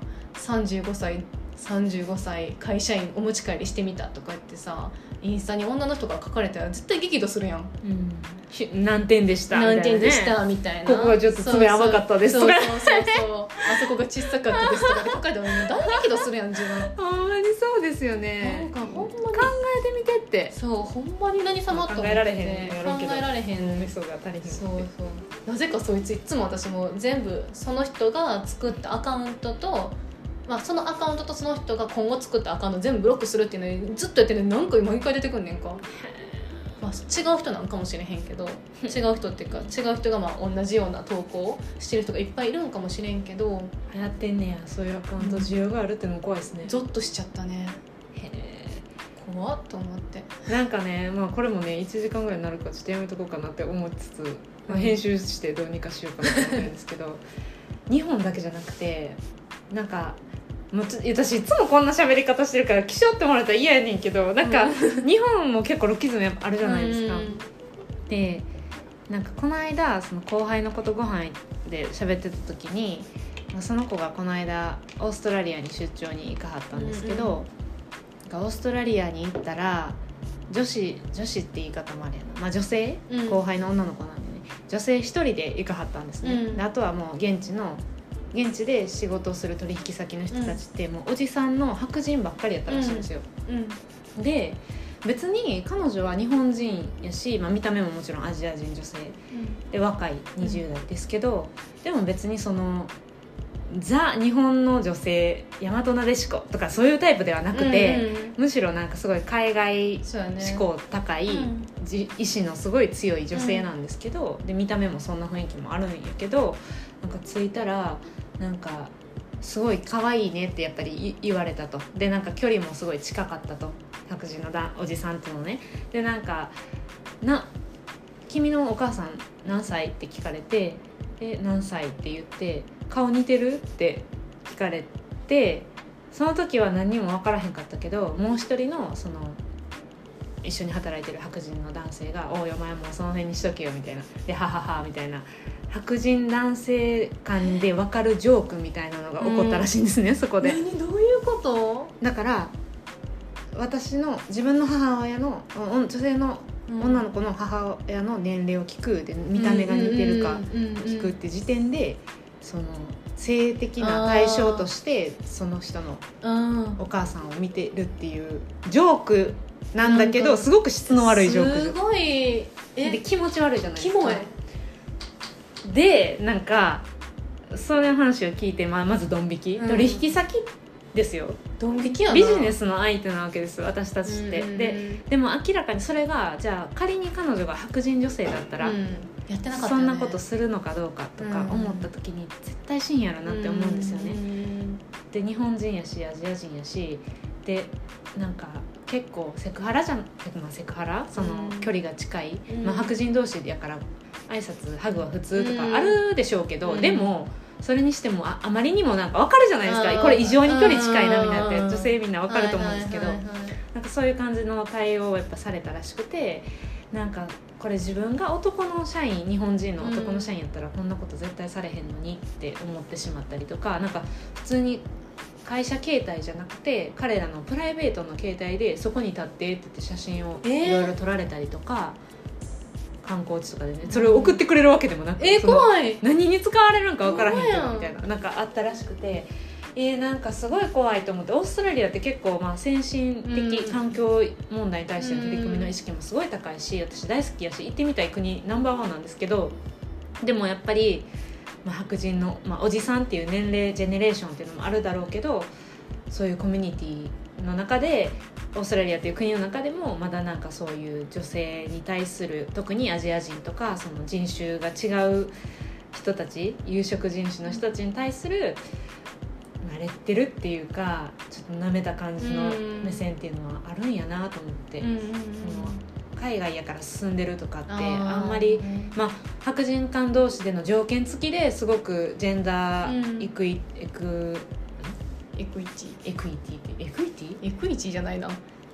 35歳会社員お持ち帰りしてみたとか言ってさインスタに女の人が書かれたら絶対激怒するやん、 何点でしたみたいな、ね、 何点でしたみたいな、 ここがちょっと爪甘かったですとか、 そうあそこが小さかったですとかで書かれたら大激怒するやん自分。 ほんまにそうですよね。 なんかほんまに考えてみてって。 そうほんまに何様と思って考えられへんやろうけど、 考えられへん、 味噌が足りへんって。 そうなぜかそいついつも私も全部その人が作ったアカウントと、まあ、そのアカウントとその人が今後作ったアカウント全部ブロックするっていうのをずっとやってるのに何回毎回出てくんねんか。まあ、違う人なんかもしれへんけど違う人っていうか違う人がまあ同じような投稿をしてる人がいっぱいいるんかもしれんけど、 流行ってんねやそういうアカウント需要があるってのも怖いですね。 ゾッとしちゃったね。へえ怖っと思って。 なんかね、まあ、これもね1時間ぐらいになるからちょっとやめとこうかなって思いつつ、まあ、編集してどうにかしようかなと思ってるんですけど日本だけじゃなくてなんかもう私いつもこんな喋り方してるから気象ってもらったら嫌やねんけどなんか日本も結構ロキズムあるじゃないですか。でなんかこの間その後輩の子とご飯で喋ってた時にその子がこの間オーストラリアに出張に行かはったんですけど、オーストラリアに行ったら女子って言い方もあれやな、まあ、女性、後輩の女の子なんでね女性一人で行かはったんですね、であとはもう現地で仕事をする取引先の人たちってもうおじさんの白人ばっかりやったらしいんですよ、で別に彼女は日本人やし、まあ、見た目ももちろんアジア人女性、で若い20代ですけど、でも別にそのザ日本の女性大和なでしことかそういうタイプではなくて、むしろなんかすごい海外志向高い、意志のすごい強い女性なんですけど、で見た目もそんな雰囲気もあるんやけどなんか着いたらなんかすごい可愛いねってやっぱり言われたと。でなんか距離もすごい近かったと白人のおじさんとのね。でなんか君のお母さん何歳って聞かれて何歳って言って顔似てるって聞かれて、その時は何にも分からへんかったけどもう一人のその一緒に働いてる白人の男性がおいお前もうその辺にしとけよみたいなではははみたいな白人男性間で分かるジョークみたいなのが起こったらしいんですね、そこで。 何どういうこと？ だから自分の母親の女性の女の子の母親の年齢を聞くで見た目が似てるか聞くって時点でその性的な対象としてその人のお母さんを見てるっていうジョークなんだけどすごく質の悪いジョークすごいで気持ち悪いじゃないですか。 キモいでなんかその話を聞いて、まずドン引き、取引先ですよ。 ドン引きやな。 ビジネスの相手なわけです私たちって、でも明らかにそれがじゃあ仮に彼女が白人女性だったら、 やってなかったよね、 そんなことするのかどうかとか思った時に絶対しんやろなって思うんですよね、で日本人やしアジア人やしでなんか結構セクハラセクハラその距離が近い、白人同士やから挨拶ハグは普通とかあるでしょうけど、でもそれにしてもあまりにもなんか分かるじゃないですか、これ異常に距離近いなみたいなって女性みんな分かると思うんですけど、なんかそういう感じの対応をやっぱされたらしくて、なんかこれ自分が男の社員日本人の男の社員やったらこんなこと絶対されへんのにって思ってしまったりとか、なんか普通に会社携帯じゃなくて彼らのプライベートの携帯でそこに立ってって言って写真をいろいろ撮られたりとか、観光地とかでねそれを送ってくれるわけでもなく、 怖い何に使われるんか分からへんけどみたいななんかあったらしくて、なんかすごい怖いと思って。オーストラリアって結構先進的環境問題に対しての取り組みの意識もすごい高いし、私大好きやし行ってみたい国ナンバーワンなんですけど、でもやっぱり、白人の、おじさんっていう年齢ジェネレーションっていうのもあるだろうけど、そういうコミュニティの中でオーストラリアという国の中でもまだなんかそういう女性に対する特にアジア人とかその人種が違う人たち有色人種の人たちに対する慣れてるっていうかちょっと舐めた感じの目線っていうのはあるんやなと思って、その海外やから進んでるとかってあんまり、白人間同士での条件付きですごくジェンダーエクイティじゃないな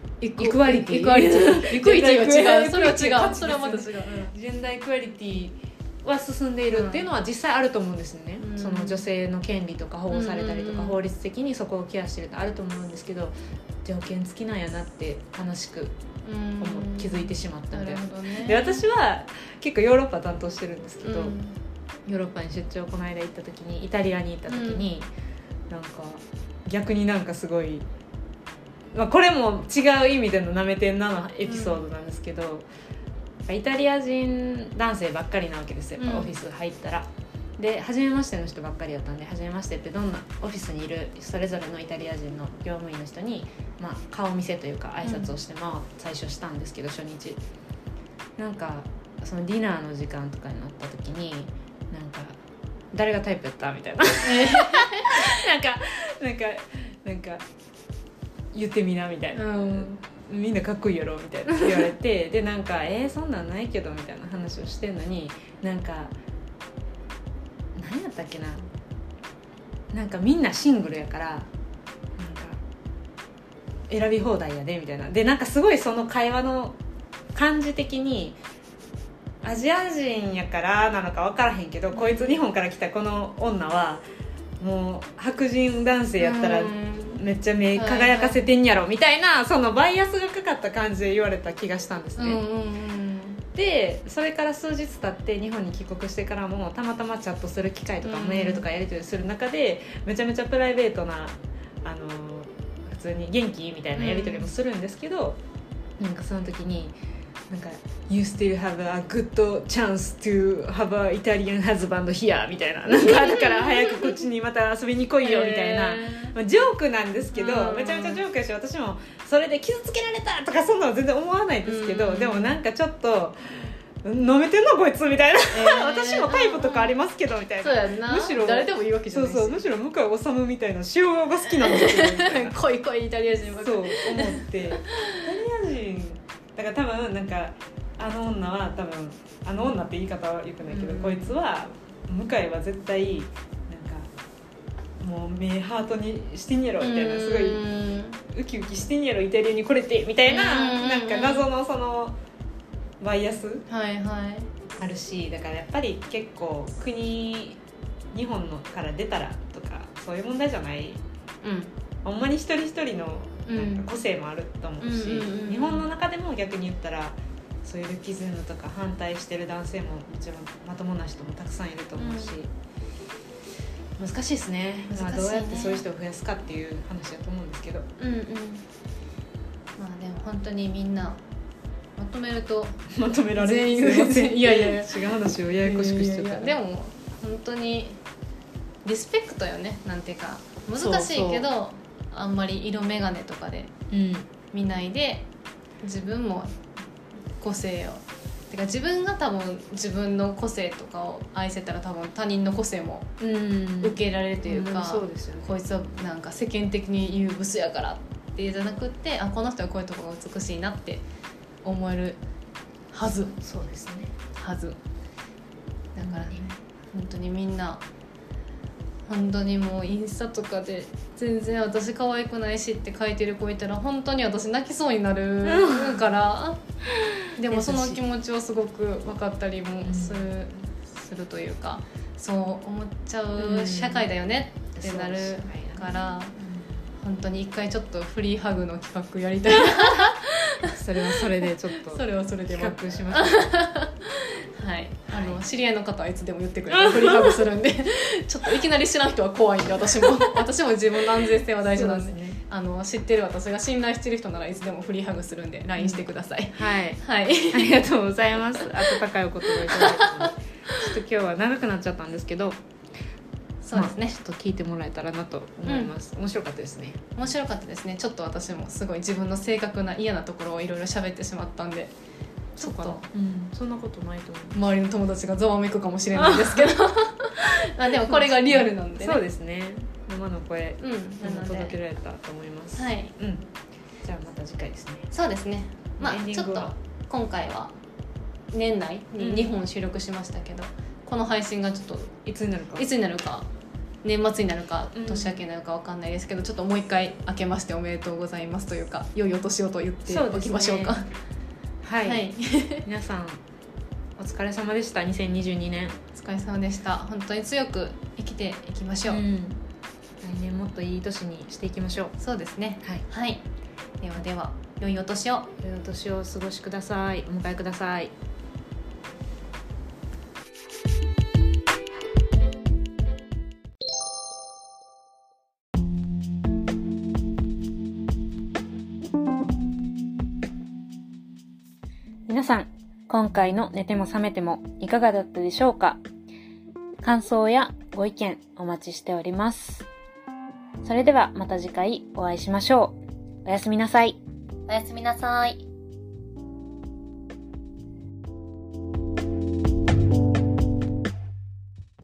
イクワリティイクワリティイクイティは違うそれは違うそれはまた違う、 ジェンダーイクワリティは進んでいるっていうのは実際あると思うんですよね、その女性の権利とか保護されたりとか、法律的にそこをケアしてるとあると思うんですけど、条件付きなんやなって悲しく気づいてしまったみたいな。で私は結構ヨーロッパ担当してるんですけど、ヨーロッパに出張この間行った時にイタリアに行った時に、なんか逆になんかすごい、これも違う意味でのなめてんなのエピソードなんですけど、イタリア人男性ばっかりなわけですよ、やっぱオフィス入ったら。で初めましての人ばっかりだったんで、初めましてってどんなオフィスにいるそれぞれのイタリア人の業務員の人に、顔見せというか挨拶をして、最初したんですけど、初日なんかそのディナーの時間とかになった時に、なんか誰がタイプやったみたいななんか言ってみなみたいな、みんなかっこいいやろみたいな言われてでなんかそんなんないけどみたいな話をしてんのに、なんか何やったっけな、なんかみんなシングルやからなんか選び放題やでみたいな。でなんかすごいその会話の感じ的にアジア人やからなのか分からへんけど、こいつ日本から来たこの女はもう白人男性やったらめっちゃ目輝かせてんやろみたいな、そのバイアスがかかった感じで言われた気がしたんですね。でそれから数日経って日本に帰国してからもたまたまチャットする機会とかメールとかやり取りする中でめちゃめちゃプライベートな普通に元気みたいなやり取りもするんですけど、なんかその時になんか You still have a good chance to have an Italian husband here みたいな、なんかだから早くこっちにまた遊びに来いよみたいな、ジョークなんですけど、めちゃめちゃジョークやし、私もそれで傷つけられたとかそんなの全然思わないですけど、でもなんかちょっと飲めてんのこいつみたいな、私もタイプとかありますけどみたいな、 そうやんな、むしろ誰でもいいわけじゃないし、 むしろ向井治みたいな塩が好きなんですけどみたいな濃い濃いイタリア人ばっかりそう思ってイタリア人だから多分なんかあの女は多分あの女って言い方はよくないけど、こいつは向井は絶対なんかもう目ハートにしてんやろみたいな、すごいウキウキしてんやろイタリアに来れてみたいな、なんか謎のそのバイアスあるし、だからやっぱり結構日本のから出たらとかそういう問題じゃない、ほんまに一人一人のなんか個性もあると思うし、日本の中でも逆に言ったらそういうルッキズムとか反対してる男性ももちろんまともな人もたくさんいると思うし、難しいですね。どうやってそういう人を増やすかっていう話だと思うんですけど、 でも本当にみんなまとめるとまとめられる、 全員いや違う話をややこしくしちゃった、 でも本当にリスペクトよね。なんていうか難しいけどあんまり色眼鏡とかで見ないで、自分も個性をてか自分が多分自分の個性とかを愛せたら多分他人の個性も受け入れられるというか、 そうですよね、 こいつはなんか世間的に言うブスやからっていうじゃなくって、この人はこういうところが美しいなって思えるはず。 そうですね、 はずだからね、本当にみんな本当にもうインスタとかで全然私可愛くないしって書いてる子いたら本当に私泣きそうになるからでもその気持ちをすごく分かったりもするというか、そう思っちゃう社会だよねってなるから、本当に一回ちょっとフリーハグの企画やりたいそれはそれでちょっとそれはそれで企画しましたはい、知り合いの方はいつでも言ってくれてフリーハグするんでちょっといきなり知らん人は怖いんで私も自分の安全性は大事なんで、ね、知ってる私が信頼してる人ならいつでもフリーハグするんで LINE してください、 はい、 はい、 ありがとうございます。温かいお言葉いただいたのでちょっと今日は長くなっちゃったんですけど、 そうですね、 ちょっと聞いてもらえたらなと思います、面白かったですね。 面白かったですね。ちょっと私もすごい自分の性格な嫌なところをいろいろ喋ってしまったんで、ちょっとそんなことないと思う。 周りの友達がざわめくかもしれないですけどでもこれがリアルなんでね。 そうですね、生の声、届けられたと思います。 はい、 じゃあまた次回ですね。 そうですね、ちょっと今回は年内に2本収録しましたけど、この配信がちょっといつになるか年末になるか年明けになるか分かんないですけど、ちょっともう一回明けましておめでとうございますというか良いお年をと言っておきましょうか。 はい、皆さんお疲れ様でした。2022年お疲れ様でした。本当に強く生きていきましょう、 来年もっといい年にしていきましょう。 そうですね。はい、では良いお年をお過ごしください。お迎えください。皆さん、今回の寝ても覚めてもいかがだったでしょうか。感想やご意見お待ちしております。それではまた次回お会いしましょう。おやすみなさい。 おやすみなさい。